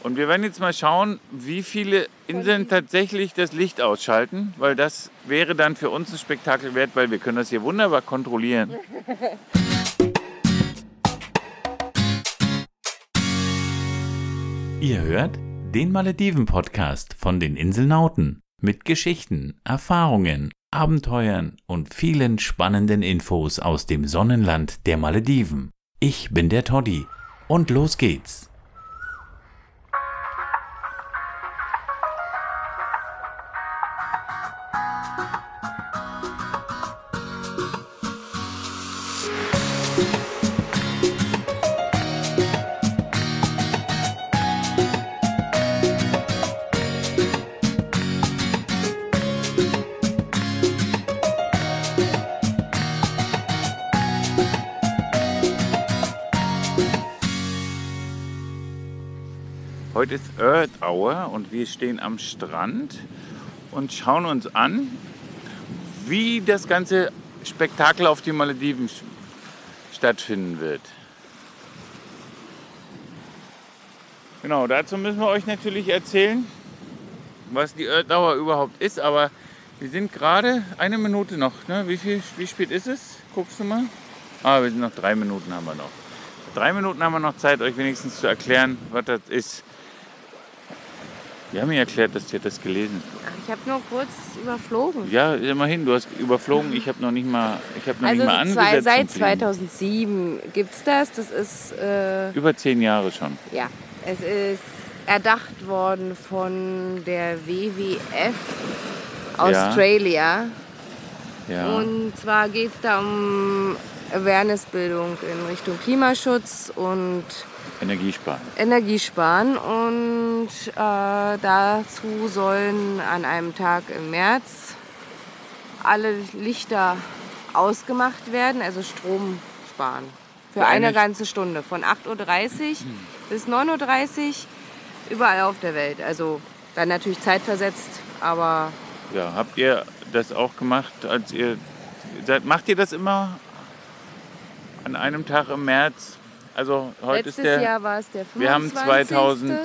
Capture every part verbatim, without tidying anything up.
Und wir werden jetzt mal schauen, wie viele Inseln tatsächlich das Licht ausschalten, weil das wäre dann für uns ein Spektakel wert, weil wir können das hier wunderbar kontrollieren. Ihr hört den Malediven-Podcast von den Inselnauten mit Geschichten, Erfahrungen, Abenteuern und vielen spannenden Infos aus dem Sonnenland der Malediven. Ich bin der Toddy und los geht's. Heute ist Earth Hour und wir stehen am Strand und schauen uns an, wie das ganze Spektakel auf den Malediven stattfinden wird. Genau, dazu müssen wir euch natürlich erzählen, was die Earth Hour überhaupt ist, aber wir sind gerade eine Minute noch, ne? Wie viel, wie spät ist es? Guckst du mal? Ah, wir sind noch drei Minuten haben wir noch. Drei Minuten haben wir noch Zeit, euch wenigstens zu erklären, was das ist. Wir haben mir erklärt, dass ihr das gelesen habt. Ich habe nur kurz überflogen. Ja, immerhin, du hast überflogen. Ich habe noch nicht mal, ich habe noch also nicht mal angesetzt. Zwei, seit zweitausendsieben gibt es das. Das ist äh, über zehn Jahre schon. Ja, es ist erdacht worden von der W W F Australia. Ja. Ja. Und zwar geht es da um Awareness-Bildung in Richtung Klimaschutz und Energiesparen. Energiesparen und äh, dazu sollen an einem Tag im März alle Lichter ausgemacht werden, also Strom sparen. Für, Für eine, eine ganze Stunde, von acht Uhr dreißig hm. bis neun Uhr dreißig, überall auf der Welt. Also dann natürlich zeitversetzt, aber... Ja, habt ihr das auch gemacht, als ihr... Macht ihr das immer an einem Tag im März? Also heute Letztes ist der, Jahr war es der fünfundzwanzigste wir haben zweitausend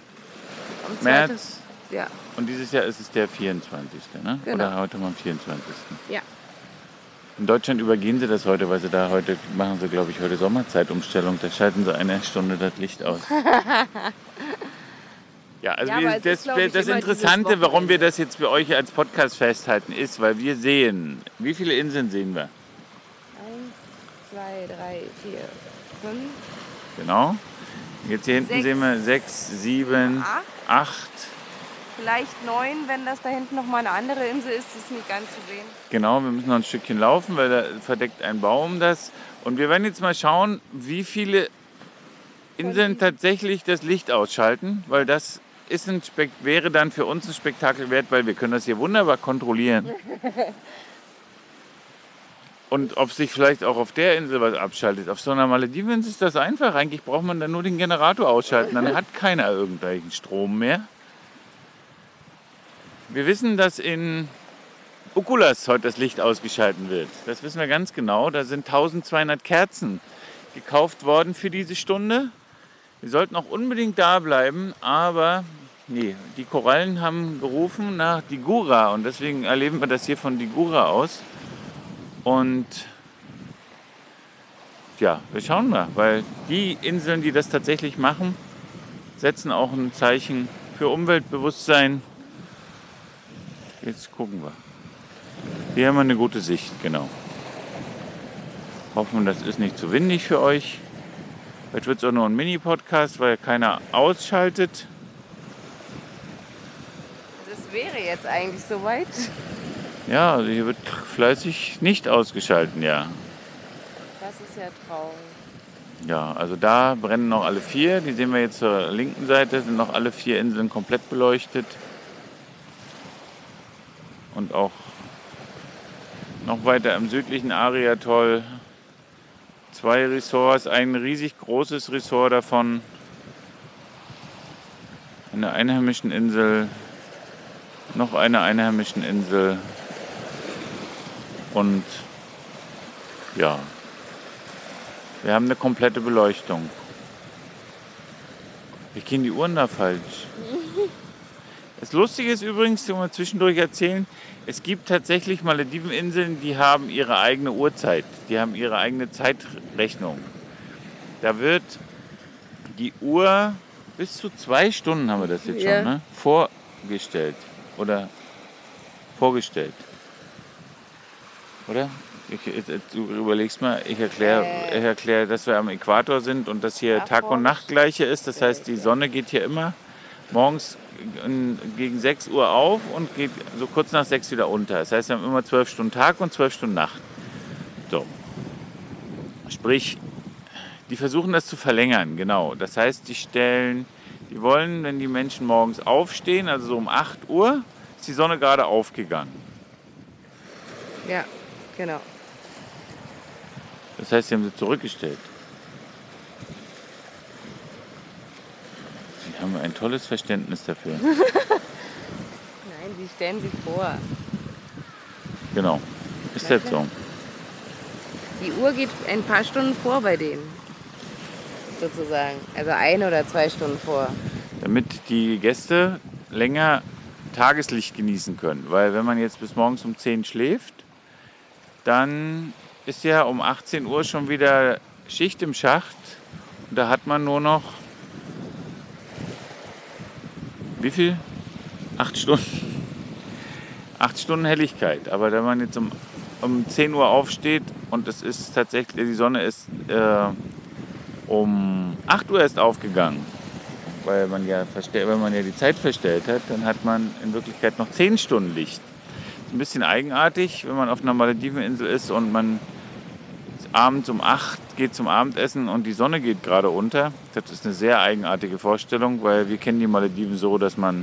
März ja. Und dieses Jahr ist es der vierundzwanzigste Ne? Genau. Oder heute mal am vierundzwanzigsten Ja. In Deutschland übergehen sie das heute, weil sie da heute, machen sie glaube ich heute Sommerzeitumstellung, da schalten sie eine Stunde das Licht aus. Ja, also ja, wir, das, das, ist, das Interessante, warum wir das jetzt für euch als Podcast festhalten, ist, weil wir sehen, wie viele Inseln sehen wir? Eins, zwei, drei, vier, fünf. Genau. Jetzt hier hinten sechs, sehen wir sechs, sieben, acht. acht. Vielleicht neun, wenn das da hinten noch mal eine andere Insel ist, ist nicht ganz zu sehen. Genau, wir müssen noch ein Stückchen laufen, weil da verdeckt ein Baum das. Und wir werden jetzt mal schauen, wie viele Inseln tatsächlich das Licht ausschalten, weil das ist ein Spek- wäre dann für uns ein Spektakel wert, weil wir können das hier wunderbar kontrollieren. Und ob sich vielleicht auch auf der Insel was abschaltet. Auf so einer Malediveninsel ist das einfach. Eigentlich braucht man dann nur den Generator ausschalten. Dann hat keiner irgendwelchen Strom mehr. Wir wissen, dass in Ukulas heute das Licht ausgeschaltet wird. Das wissen wir ganz genau. Da sind eintausendzweihundert Kerzen gekauft worden für diese Stunde. Wir sollten auch unbedingt da bleiben, aber nee, die Korallen haben gerufen nach Digura und deswegen erleben wir das hier von Digura aus. Und ja, wir schauen mal, weil die Inseln, die das tatsächlich machen, setzen auch ein Zeichen für Umweltbewusstsein. Jetzt gucken wir. Hier haben wir eine gute Sicht, genau. Hoffen, das ist nicht zu windig für euch. Jetzt wird es auch nur ein Mini-Podcast, weil keiner ausschaltet. Es wäre jetzt eigentlich soweit. Ja, also hier wird fleißig nicht ausgeschalten, ja. Das ist ja traurig. Ja, also da brennen noch alle vier. Die sehen wir jetzt zur linken Seite, sind noch alle vier Inseln komplett beleuchtet. Und auch noch weiter im südlichen Ari-Atoll zwei Ressorts, ein riesig großes Ressort davon, eine einheimischen Insel, noch eine einheimischen Insel und ja, wir haben eine komplette Beleuchtung. Wie gehen die Uhren da falsch? Das Lustige ist übrigens, ich will mal zwischendurch erzählen, es gibt tatsächlich Malediveninseln, die haben ihre eigene Uhrzeit. Die haben ihre eigene Zeitrechnung. Da wird die Uhr bis zu zwei Stunden, haben wir das jetzt Ja. schon, ne? vorgestellt. Oder vorgestellt. Oder? Ich, du überlegst mal, ich erkläre, Äh. ich erklär, dass wir am Äquator sind und dass hier Ja, Tag und Nacht gleiche ist. Das heißt, die Sonne geht hier immer morgens gegen sechs Uhr auf und geht so kurz nach sechs wieder unter. Das heißt, wir haben immer zwölf Stunden Tag und zwölf Stunden Nacht. So. Sprich, die versuchen das zu verlängern, genau. Das heißt, die stellen, die wollen, wenn die Menschen morgens aufstehen, also so um acht Uhr, ist die Sonne gerade aufgegangen. Ja, genau. Das heißt, sie haben sie zurückgestellt. Sie haben ein tolles Verständnis dafür. Nein, sie stellen sich vor. Genau. Ist das so? Die Uhr geht ein paar Stunden vor bei denen. Sozusagen. Also ein oder zwei Stunden vor. Damit die Gäste länger Tageslicht genießen können. Weil wenn man jetzt bis morgens um zehn schläft, dann ist ja um achtzehn Uhr schon wieder Schicht im Schacht. Und da hat man nur noch, wie viel? Acht Stunden. Acht Stunden Helligkeit. Aber wenn man jetzt um, um zehn Uhr aufsteht und es ist tatsächlich, die Sonne ist äh, um acht Uhr erst aufgegangen, weil man ja verstell, wenn man ja die Zeit verstellt hat, dann hat man in Wirklichkeit noch zehn Stunden Licht. Ist ein bisschen eigenartig, wenn man auf einer Malediveninsel ist und man abends um acht geht zum Abendessen und die Sonne geht gerade unter. Das ist eine sehr eigenartige Vorstellung, weil wir kennen die Malediven so, dass man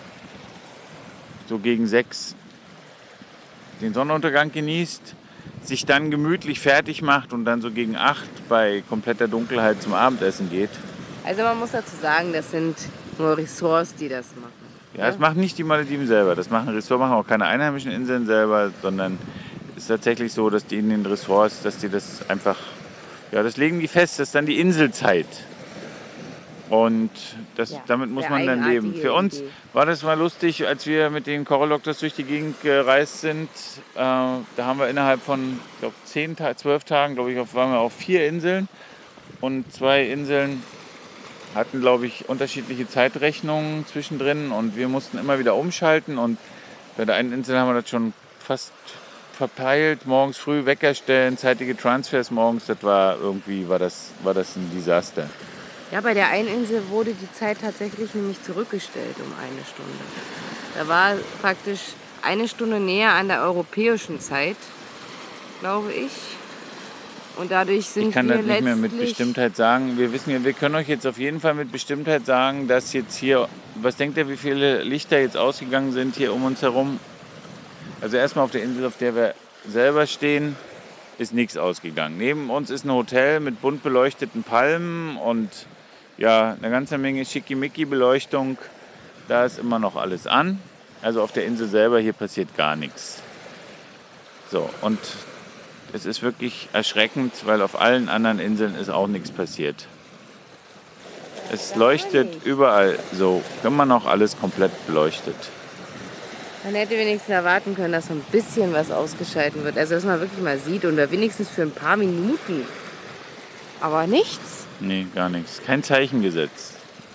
so gegen sechs den Sonnenuntergang genießt, sich dann gemütlich fertig macht und dann so gegen acht bei kompletter Dunkelheit zum Abendessen geht. Also man muss dazu sagen, das sind nur Ressorts, die das machen. Ja, das machen nicht die Malediven selber. Das machen Ressorts, machen auch keine einheimischen Inseln selber, sondern es ist tatsächlich so, dass die in den Ressorts, dass die das einfach, ja, das legen die fest, das ist dann die Inselzeit. Und das, Ja, damit muss sehr man dann leben. eigenartige Für uns Idee. war das mal lustig, als wir mit den Coral Doctors durch die Gegend gereist sind. Äh, da haben wir innerhalb von, ich glaube, zehn, zwölf Tagen, glaube ich, auf, waren wir auf vier Inseln. Und zwei Inseln hatten, glaube ich, unterschiedliche Zeitrechnungen zwischendrin. Und wir mussten immer wieder umschalten. Und bei der einen Insel haben wir das schon fast verpeilt. Morgens früh Wecker stellen, zeitige Transfers morgens. Das war irgendwie, war das, war das ein Desaster. Ja, bei der einen Insel wurde die Zeit tatsächlich nämlich zurückgestellt um eine Stunde. Da war praktisch eine Stunde näher an der europäischen Zeit, glaube ich. Und dadurch sind Ich kann wir das nicht mehr mit letztlich- Bestimmtheit sagen. Wir wissen ja, wir können euch jetzt auf jeden Fall mit Bestimmtheit sagen, dass jetzt hier, was denkt ihr, wie viele Lichter jetzt ausgegangen sind hier um uns herum? Also erstmal auf der Insel, auf der wir selber stehen, ist nichts ausgegangen. Neben uns ist ein Hotel mit bunt beleuchteten Palmen und ja, eine ganze Menge Schickimicki-Beleuchtung. Da ist immer noch alles an. Also auf der Insel selber hier passiert gar nichts. So, und es ist wirklich erschreckend, weil auf allen anderen Inseln ist auch nichts passiert. Es leuchtet überall so, immer noch alles komplett beleuchtet. Man hätte wenigstens erwarten können, dass so ein bisschen was ausgeschalten wird. Also dass man wirklich mal sieht oder wenigstens für ein paar Minuten. Aber nichts. Nee, gar nichts. Kein Zeichen gesetzt.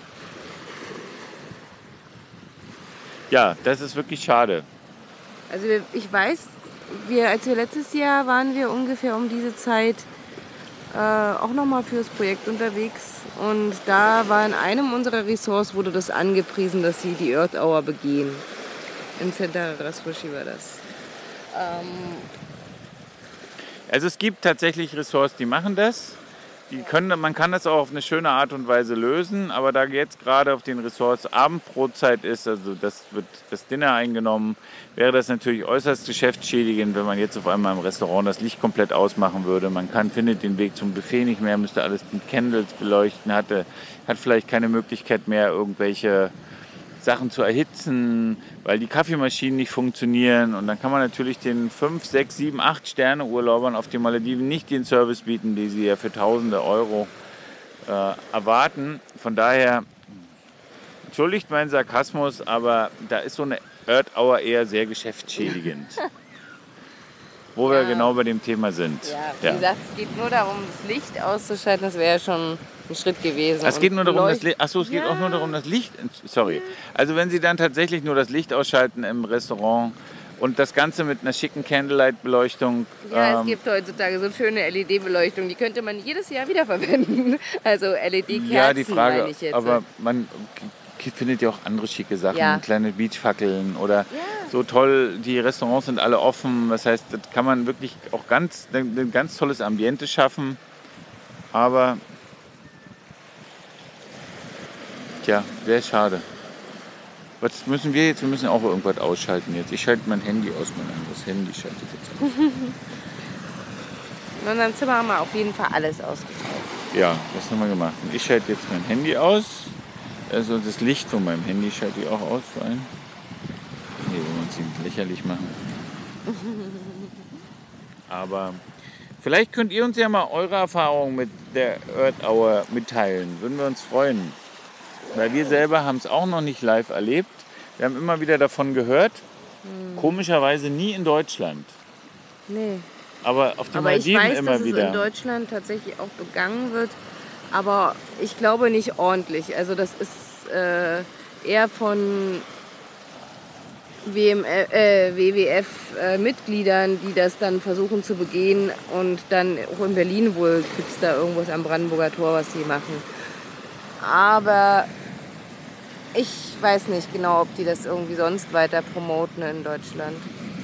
Ja, das ist wirklich schade. Also wir, ich weiß, wir, als wir letztes Jahr waren wir ungefähr um diese Zeit äh, auch nochmal fürs Projekt unterwegs. Und da war in einem unserer Ressorts wurde das angepriesen, dass sie die Earth Hour begehen. In Santa Rasfushi war das. Ähm, Also es gibt tatsächlich Ressorts, die machen das. Die können, man kann das auch auf eine schöne Art und Weise lösen, aber da jetzt gerade auf den Ressorts Abendbrotzeit ist, also das wird das Dinner eingenommen, wäre das natürlich äußerst geschäftsschädigend, wenn man jetzt auf einmal im Restaurant das Licht komplett ausmachen würde. Man kann, findet den Weg zum Buffet nicht mehr, müsste alles mit Candles beleuchten, hatte, hat vielleicht keine Möglichkeit mehr, irgendwelche Sachen zu erhitzen, weil die Kaffeemaschinen nicht funktionieren. Und dann kann man natürlich den fünf, sechs, sieben, acht Sterne Urlaubern auf den Malediven nicht den Service bieten, den sie ja für tausende Euro äh, erwarten. Von daher entschuldigt meinen Sarkasmus, aber da ist so eine Earth Hour eher sehr geschäftsschädigend. Wo wir Ja. genau bei dem Thema sind. Ja, wie Ja. gesagt, es geht nur darum, das Licht auszuschalten. Das wäre ja schon ein Schritt gewesen. Es geht Und nur darum, das Leucht- Licht. Achso, es geht Ja. auch nur darum, das Licht. Sorry. Also wenn Sie dann tatsächlich nur das Licht ausschalten im Restaurant und das Ganze mit einer schicken Candlelight-Beleuchtung. Ja, es ähm, gibt heutzutage so schöne L E D-Beleuchtung, die könnte man jedes Jahr wiederverwenden. Also L E D-Kerzen ja, die Frage. meine ich jetzt. Aber man k- findet ja auch andere schicke Sachen, Ja. kleine Beachfackeln oder so toll. Die Restaurants sind alle offen. Das heißt, das kann man wirklich auch ganz ein, ein ganz tolles Ambiente schaffen. Aber tja, sehr schade. Was müssen wir jetzt? Wir müssen auch irgendwas ausschalten jetzt. Ich schalte mein Handy aus, mein anderes Handy schalte ich jetzt aus. In unserem Zimmer haben wir auf jeden Fall alles ausgeschaltet. Ja, das haben wir gemacht. Und ich schalte jetzt mein Handy aus. Also das Licht von meinem Handy schalte ich auch aus für einen. Nee, wir wollen uns nicht lächerlich machen. Aber vielleicht könnt ihr uns ja mal eure Erfahrungen mit der Earth Hour mitteilen. Würden wir uns freuen. Weil wir selber haben es auch noch nicht live erlebt. Wir haben immer wieder davon gehört. Komischerweise nie in Deutschland. Nee. Aber auf den Aber ich Malediven weiß, immer dass es wieder. in Deutschland tatsächlich auch begangen wird. Aber ich glaube nicht ordentlich. Also das ist äh, eher von W M F, äh, W W F-Mitgliedern, die das dann versuchen zu begehen. Und dann auch in Berlin wohl gibt es da irgendwas am Brandenburger Tor, was sie machen. Aber ich weiß nicht genau, ob die das irgendwie sonst weiter promoten in Deutschland.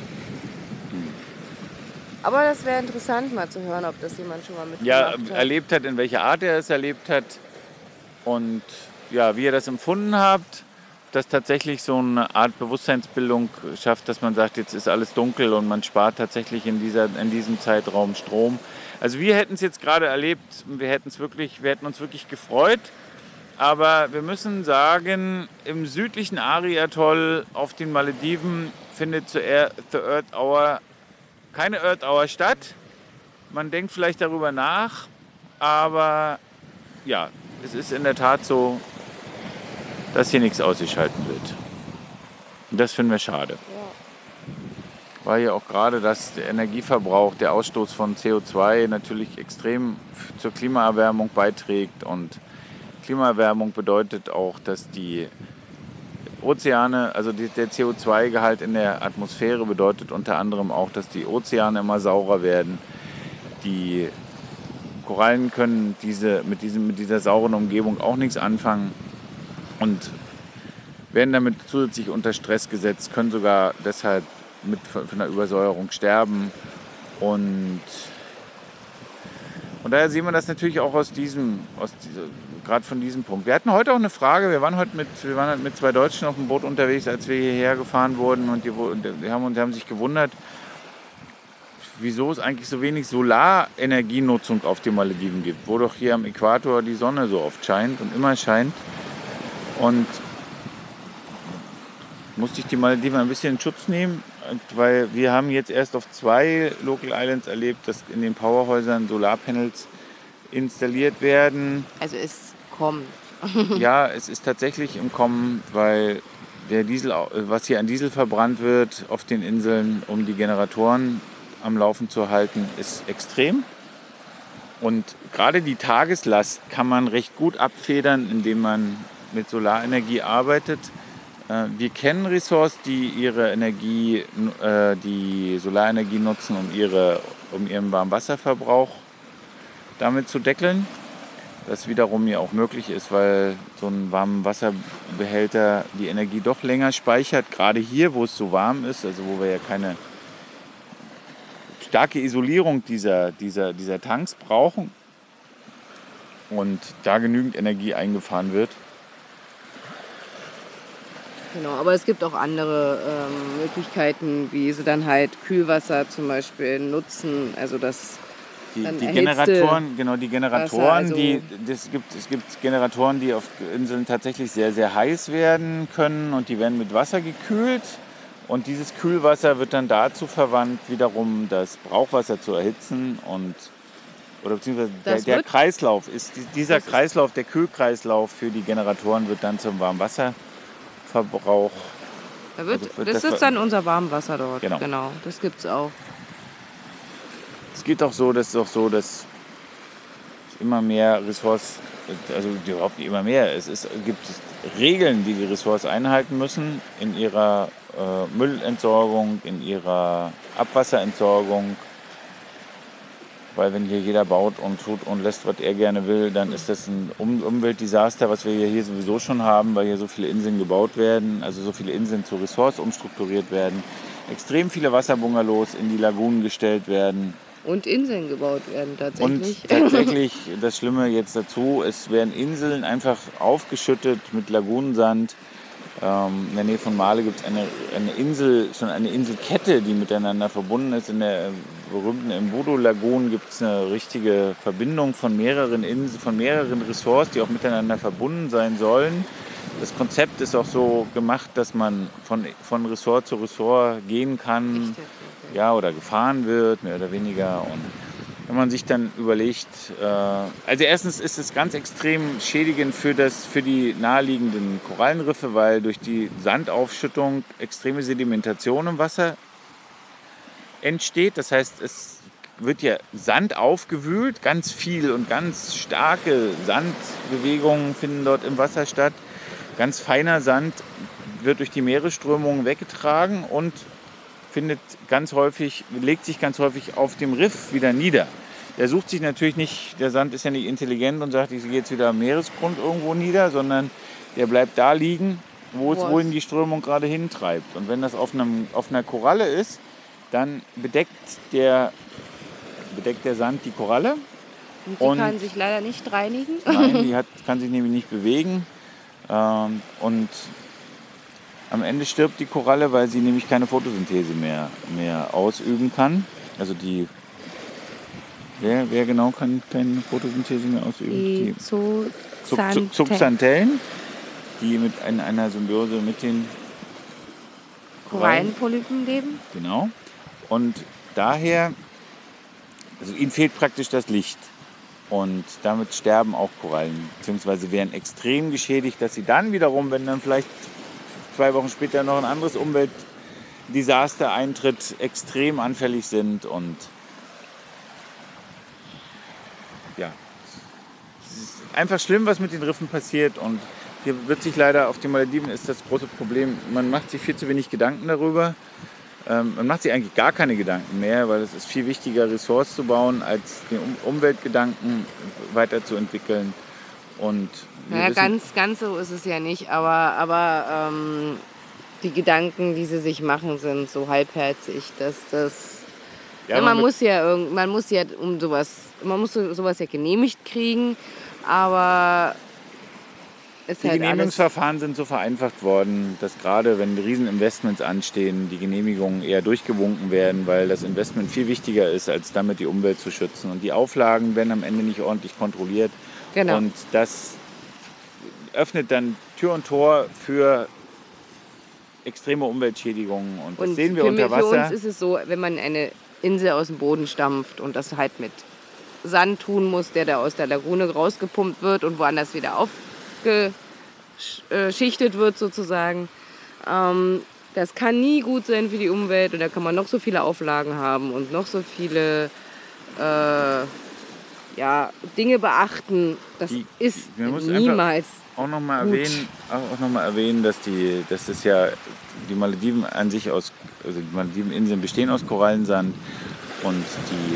Aber das wäre interessant, mal zu hören, ob das jemand schon mal ja, mitgemacht hat. erlebt hat, in welcher Art er es erlebt hat und ja, wie ihr das empfunden habt, dass tatsächlich so eine Art Bewusstseinsbildung schafft, dass man sagt, jetzt ist alles dunkel und man spart tatsächlich in, dieser, in diesem Zeitraum Strom. Also wir hätten es jetzt gerade erlebt, wir hätten es wirklich, wir hätten uns wirklich gefreut, aber wir müssen sagen, im südlichen Ari-Atoll auf den Malediven findet zur Earth Hour keine Earth Hour statt. Man denkt vielleicht darüber nach, aber ja, es ist in der Tat so, dass hier nichts ausgeschalten wird. Und das finden wir schade. Weil ja auch gerade das, der Energieverbrauch, der Ausstoß von C O zwei natürlich extrem zur Klimaerwärmung beiträgt. Und Klimaerwärmung bedeutet auch, dass die Ozeane, also die, der C O zwei Gehalt in der Atmosphäre bedeutet unter anderem auch, dass die Ozeane immer saurer werden. Die Korallen können diese, mit, diesem, mit dieser sauren Umgebung auch nichts anfangen und werden damit zusätzlich unter Stress gesetzt, können sogar deshalb mit von einer Übersäuerung sterben. Und von daher sehen wir das natürlich auch aus diesem, aus dieser, gerade von diesem Punkt. Wir hatten heute auch eine Frage, wir waren heute mit, wir waren heute mit zwei Deutschen auf dem Boot unterwegs, als wir hierher gefahren wurden und die, die, haben, die haben sich gewundert, wieso es eigentlich so wenig Solarenergienutzung auf den Malediven gibt, wo doch hier am Äquator die Sonne so oft scheint und immer scheint. Und musste ich die Malediven ein bisschen in Schutz nehmen, weil wir haben jetzt erst auf zwei Local Islands erlebt, dass in den Powerhäusern Solarpanels installiert werden. Also es kommt. Ja, es ist tatsächlich im Kommen, weil der Diesel, was hier an Diesel verbrannt wird auf den Inseln, um die Generatoren am Laufen zu halten, ist extrem. Und gerade die Tageslast kann man recht gut abfedern, indem man mit Solarenergie arbeitet. Wir kennen Ressorts, die ihre Energie, die Solarenergie nutzen, um, ihre, um ihren Warmwasserverbrauch damit zu deckeln. Das wiederum ja auch möglich ist, weil so ein warmer Wasserbehälter die Energie doch länger speichert. Gerade hier, wo es so warm ist, also wo wir ja keine starke Isolierung dieser, dieser, dieser Tanks brauchen und da genügend Energie eingefahren wird. Genau, aber es gibt auch andere ähm, Möglichkeiten, wie sie dann halt Kühlwasser zum Beispiel nutzen. Also das Die, dann die erhitzte Generatoren, genau, die Generatoren, Wasser, also die, das gibt, es gibt Generatoren, die auf Inseln tatsächlich sehr, sehr heiß werden können und die werden mit Wasser gekühlt. Und dieses Kühlwasser wird dann dazu verwandt, wiederum das Brauchwasser zu erhitzen. Und oder beziehungsweise der, Das der wird- Kreislauf ist, die- dieser Das ist- Kreislauf, der Kühlkreislauf für die Generatoren wird dann zum Warmwasserverbrauch. Da wird, Also für das das ist war- dann unser Warmwasser dort. Genau. genau. Das gibt's auch. Es geht auch so, dass es auch so, dass immer mehr Ressorts, also überhaupt nicht immer mehr, es ist, gibt Regeln, die die Ressorts einhalten müssen in ihrer äh, Müllentsorgung, in ihrer Abwasserentsorgung. Weil wenn hier jeder baut und tut und lässt, was er gerne will, dann ist das ein um Umweltdesaster, was wir hier sowieso schon haben, weil hier so viele Inseln gebaut werden, also so viele Inseln zu Ressorts umstrukturiert werden, extrem viele Wasserbungalows in die Lagunen gestellt werden. Und Inseln gebaut werden tatsächlich. Und tatsächlich, das Schlimme jetzt dazu, es werden Inseln einfach aufgeschüttet mit Lagunensand. Ähm, in der Nähe von Male gibt es eine, eine Insel, schon eine Inselkette, die miteinander verbunden ist. In der berühmten Embudo-Lagune gibt es eine richtige Verbindung von mehreren Inseln, von mehreren Ressorts, die auch miteinander verbunden sein sollen. Das Konzept ist auch so gemacht, dass man von, von Ressort zu Ressort gehen kann. Ja, oder gefahren wird, mehr oder weniger. Und wenn man sich dann überlegt, äh, also erstens ist es ganz extrem schädigend für, das, für die naheliegenden Korallenriffe, weil durch die Sandaufschüttung extreme Sedimentation im Wasser entsteht. Das heißt, es wird ja Sand aufgewühlt, ganz viel und ganz starke Sandbewegungen finden dort im Wasser statt. Ganz feiner Sand wird durch die Meeresströmungen weggetragen und findet ganz häufig, legt sich ganz häufig auf dem Riff wieder nieder. Der sucht sich natürlich nicht, der Sand ist ja nicht intelligent und sagt, ich gehe jetzt wieder am Meeresgrund irgendwo nieder, sondern der bleibt da liegen, wo es wohin die Strömung gerade hintreibt. Und wenn das auf, einem, auf einer Koralle ist, dann bedeckt der, bedeckt der Sand die Koralle. Und die Und- kann sich leider nicht reinigen. Nein, die hat, kann sich nämlich nicht bewegen. Ähm, und am Ende stirbt die Koralle, weil sie nämlich keine Photosynthese mehr, mehr ausüben kann. Also die, wer, wer genau kann keine Photosynthese mehr ausüben? Die Zu- Zu- Zooxanthen. Zooxanthellen, die mit in einer Symbiose mit den Korallenpolypen leben. Genau. Und daher, also ihnen fehlt praktisch das Licht. Und damit sterben auch Korallen, beziehungsweise werden extrem geschädigt, dass sie dann wiederum, wenn dann vielleicht zwei Wochen später noch ein anderes Umweltdesaster eintritt, extrem anfällig sind. Und ja, es ist einfach schlimm, was mit den Riffen passiert. Und hier wird sich leider, auf den Malediven ist das große Problem, man macht sich viel zu wenig Gedanken darüber. Ähm, man macht sich eigentlich gar keine Gedanken mehr, weil es ist viel wichtiger, Ressorts zu bauen, als den um Umweltgedanken weiterzuentwickeln. Und wir Naja, wissen- ganz, ganz so ist es ja nicht, aber, aber ähm, die Gedanken, die sie sich machen, sind so halbherzig, dass das. Ja, Ja, man, man- muss ja irgend, man muss ja um sowas, man muss so- sowas ja genehmigt kriegen, aber es Die halt alles. Genehmigungsverfahren sind so vereinfacht worden, dass gerade wenn Rieseninvestments anstehen, die Genehmigungen eher durchgewunken werden, weil das Investment viel wichtiger ist, als damit die Umwelt zu schützen. Und die Auflagen werden am Ende nicht ordentlich kontrolliert. Genau. Und das öffnet dann Tür und Tor für extreme Umweltschädigungen. Und das Und sehen wir für, unter mich- für uns Wasser. ist es so, wenn man eine Insel aus dem Boden stampft und das halt mit Sand tun muss, der da aus der Lagune rausgepumpt wird und woanders wieder aufgeschichtet wird sozusagen. Ähm, das kann nie gut sein für die Umwelt und da kann man noch so viele Auflagen haben und noch so viele äh, ja, Dinge beachten. Das Die- ist man muss niemals. Auch nochmal Gut. erwähnen, auch noch mal erwähnen, dass die, dass es ja die Malediven an sich aus, also die Malediveninseln bestehen aus Korallensand und die,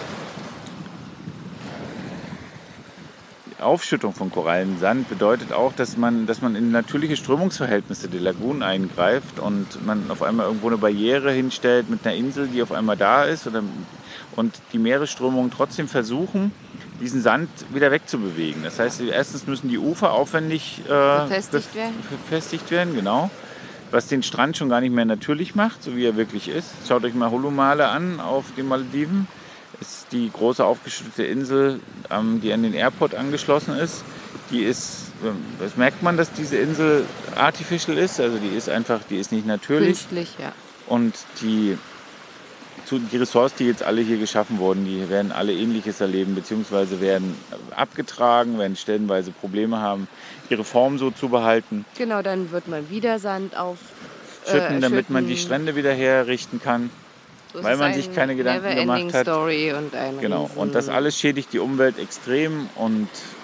die Aufschüttung von Korallensand bedeutet auch, dass man, dass man in natürliche Strömungsverhältnisse der Lagunen eingreift und man auf einmal irgendwo eine Barriere hinstellt mit einer Insel, die auf einmal da ist oder, und die Meeresströmungen trotzdem versuchen, diesen Sand wieder wegzubewegen. Das heißt, erstens müssen die Ufer aufwendig äh, Befestigt bef- werden. befestigt werden, genau. Was den Strand schon gar nicht mehr natürlich macht, so wie er wirklich ist. Schaut euch mal Hulumale an auf den Malediven. Ist die große aufgeschüttete Insel, ähm, die an den Airport angeschlossen ist. Die ist, ähm, das merkt man, dass diese Insel artificial ist. Also die ist einfach, die ist nicht natürlich. Künstlich, ja. Und die zu, die Ressorts, die jetzt alle hier geschaffen wurden, die werden alle Ähnliches erleben, beziehungsweise werden abgetragen, werden stellenweise Probleme haben, ihre Form so zu behalten. Genau, dann wird man wieder Sand auf Schütten, äh, damit man schütten. die Strände wieder herrichten kann, So, es weil ist man ein sich keine Gedanken gemacht Never-Ending hat. Story und ein Genau, Riesen- und das alles schädigt die Umwelt extrem und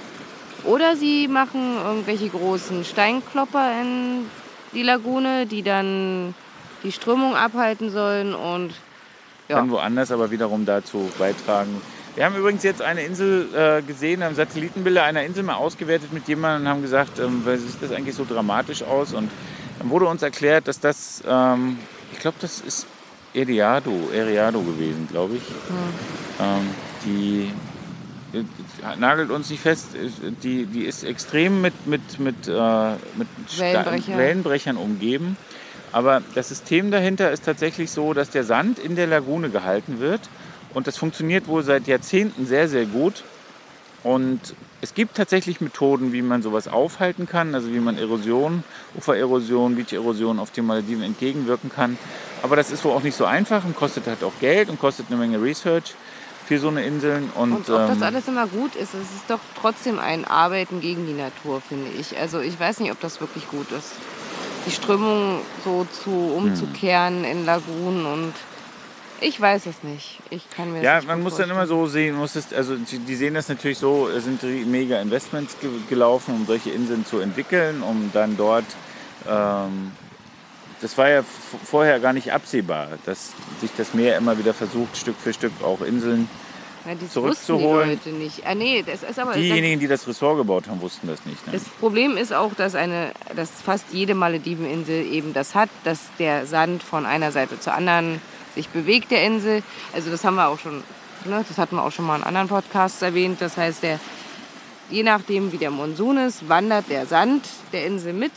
Oder sie machen irgendwelche großen Steinklopper in die Lagune, die dann die Strömung abhalten sollen und ja. kann woanders aber wiederum dazu beitragen. Wir haben übrigens jetzt eine Insel äh, gesehen, haben Satellitenbilder einer Insel mal ausgewertet mit jemandem und haben gesagt, ähm, weil sieht das eigentlich so dramatisch aus? Und dann wurde uns erklärt, dass das, ähm, ich glaube, das ist Eriado, Eriado gewesen, glaube ich. Hm. Ähm, die äh, nagelt uns nicht fest, die, die ist extrem mit, mit, mit, äh, mit Wellenbrecher. Wellenbrechern umgeben. Aber das System dahinter ist tatsächlich so, dass der Sand in der Lagune gehalten wird. Und das funktioniert wohl seit Jahrzehnten sehr, sehr gut. Und es gibt tatsächlich Methoden, wie man sowas aufhalten kann, also wie man Erosion, Ufererosion, Beacherosion auf den Malediven entgegenwirken kann. Aber das ist wohl auch nicht so einfach und kostet halt auch Geld und kostet eine Menge Research für so eine Inseln. Und, Und ob das ähm, alles immer gut ist, es ist doch trotzdem ein Arbeiten gegen die Natur, finde ich. Also ich weiß nicht, ob das wirklich gut ist. Die Strömung so zu umzukehren in Lagunen und ich weiß es nicht. Ich kann mir das Ja, nicht man gut muss dann immer vorstellen. so sehen, muss es, also die die sehen das natürlich so, es sind mega Investments ge gelaufen, um solche Inseln zu entwickeln, um dann dort, ähm, das war ja v- vorher gar nicht absehbar, dass sich das Meer immer wieder versucht, Stück für Stück auch Inseln. Ja, das zurückzuholen. wussten die Leute nicht. Ah, nee, das ist aber Diejenigen, die das Ressort gebaut haben, wussten das nicht. Ne? das Problem ist auch, dass eine, dass fast jede Malediveninsel eben das hat, dass der Sand von einer Seite zur anderen sich bewegt, der Insel. Also das haben wir auch schon, ne, das hatten wir auch schon mal in anderen Podcasts erwähnt. Das heißt, der, je nachdem wie der Monsun ist, wandert der Sand der Insel mit.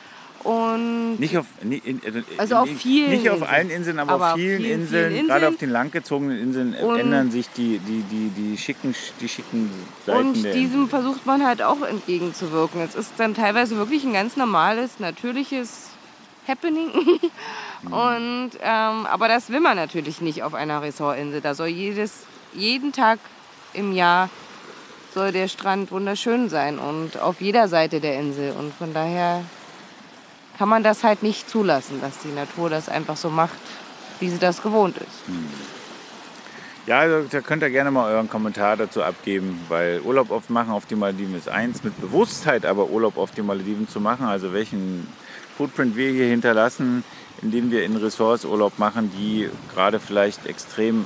Und Nicht auf, nie- in, äh, Also auf nicht- vielen nicht auf Inseln. allen Inseln, aber, Aber auf vielen, vielen, Inseln, vielen gerade Inseln. auf den langgezogenen Inseln, äh, Und- ändern sich die, die, die, die, schicken, die schicken Seiten Und der diesem versucht man halt auch entgegenzuwirken. Es ist dann teilweise wirklich ein ganz normales, natürliches Happening. Und, ähm, aber das will man natürlich nicht auf einer Ressortinsel. Da soll jedes, jeden Tag im Jahr soll der Strand wunderschön sein und auf jeder Seite der Insel. Und von daher kann man das halt nicht zulassen, dass die Natur das einfach so macht, wie sie das gewohnt ist. Ja, also, da könnt ihr gerne mal euren Kommentar dazu abgeben, weil Urlaub auf machen auf die Malediven ist eins, mit Bewusstheit aber Urlaub auf die Malediven zu machen, also welchen Footprint wir hier hinterlassen, indem wir in Ressorts Urlaub machen, die gerade vielleicht extrem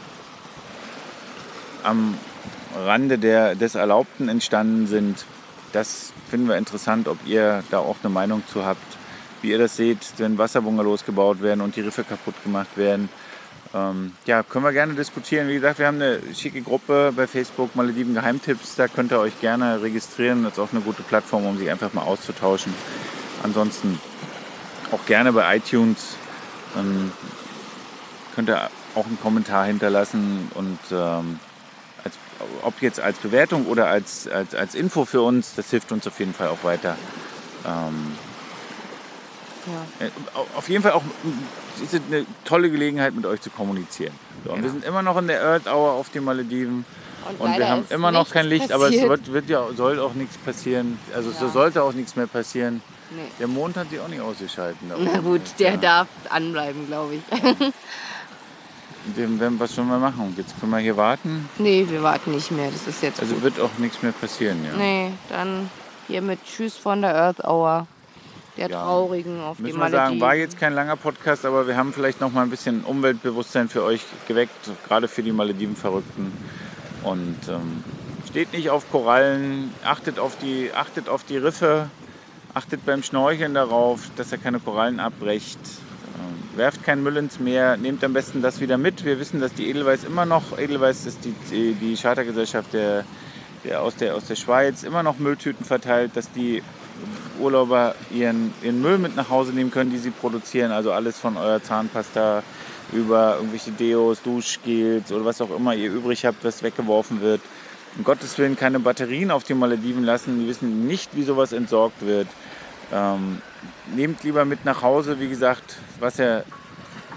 am Rande der, des Erlaubten entstanden sind. Das finden wir interessant, ob ihr da auch eine Meinung zu habt, wie ihr das seht, wenn Wasserbungalows gebaut werden und die Riffe kaputt gemacht werden. Ähm, ja, können wir gerne diskutieren. Wie gesagt, wir haben eine schicke Gruppe bei Facebook, Malediven Geheimtipps. Da könnt ihr euch gerne registrieren. Das ist auch eine gute Plattform, um sich einfach mal auszutauschen. Ansonsten auch gerne bei iTunes. Ähm, könnt ihr auch einen Kommentar hinterlassen. Und ähm, als, ob jetzt als Bewertung oder als, als, als Info für uns, das hilft uns auf jeden Fall auch weiter. Ähm, Ja. Äh, Auf jeden Fall auch es ist eine tolle Gelegenheit, mit euch zu kommunizieren. So, und Genau. wir sind immer noch in der Earth Hour auf den Malediven Und, und wir leider haben ist immer noch nichts kein Licht, aber es passiert. wird, wird ja, soll auch nichts passieren. Also Ja. so sollte auch nichts mehr passieren. Nee. Der Mond hat sich auch nicht ausgeschalten. da Na oben. gut, der ja. darf anbleiben, glaube ich. Wir werden was schon mal machen. Jetzt können wir hier warten. Nee, wir warten nicht mehr. Das ist jetzt Also gut. wird auch nichts mehr passieren. Ja. Nee, dann hier mit Tschüss von der Earth Hour. Der Ja. Traurigen auf die Müssen wir Malediven. sagen, war jetzt kein langer Podcast, aber wir haben vielleicht noch mal ein bisschen Umweltbewusstsein für euch geweckt, gerade für die Malediven-Verrückten. Und ähm, steht nicht auf Korallen, achtet auf, die, achtet auf die Riffe, achtet beim Schnorcheln darauf, dass ihr keine Korallen abbrecht. Ähm, werft keinen Müll ins Meer, nehmt am besten das wieder mit. Wir wissen, dass die Edelweiss immer noch, Edelweiss ist die, die, die Chartergesellschaft der, der, aus der aus der Schweiz, immer noch Mülltüten verteilt, dass die Urlauber ihren, ihren Müll mit nach Hause nehmen können, die sie produzieren. Also alles von eurer Zahnpasta über irgendwelche Deos, Duschgels oder was auch immer ihr übrig habt, was weggeworfen wird. Um Gottes Willen keine Batterien auf die Malediven lassen. Wir wissen nicht, wie sowas entsorgt wird. Ähm, nehmt lieber mit nach Hause, wie gesagt, was ja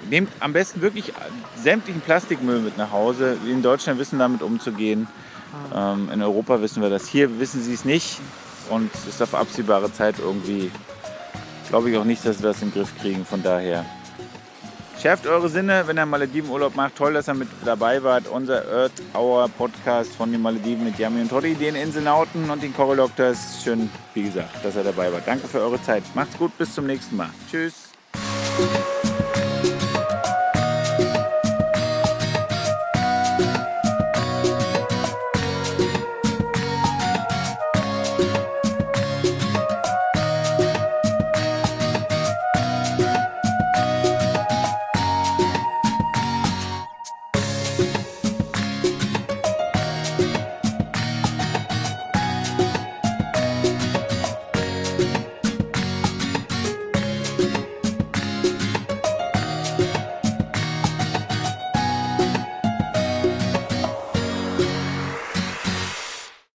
nehmt am besten wirklich sämtlichen Plastikmüll mit nach Hause. Wir in Deutschland wissen damit umzugehen. Ähm, in Europa wissen wir das. Hier wissen sie es nicht. Und es ist auf absehbare Zeit irgendwie, glaube ich auch nicht, dass wir das in den Griff kriegen. Von daher, schärft eure Sinne, wenn ihr Maledivenurlaub macht. Toll, dass ihr mit dabei wart. Unser Earth Hour Podcast von den Malediven mit Yami und Toddy, den Inselnauten und den Coral Doctors. Schön, wie gesagt, dass ihr dabei wart. Danke für eure Zeit. Macht's gut, bis zum nächsten Mal. Tschüss.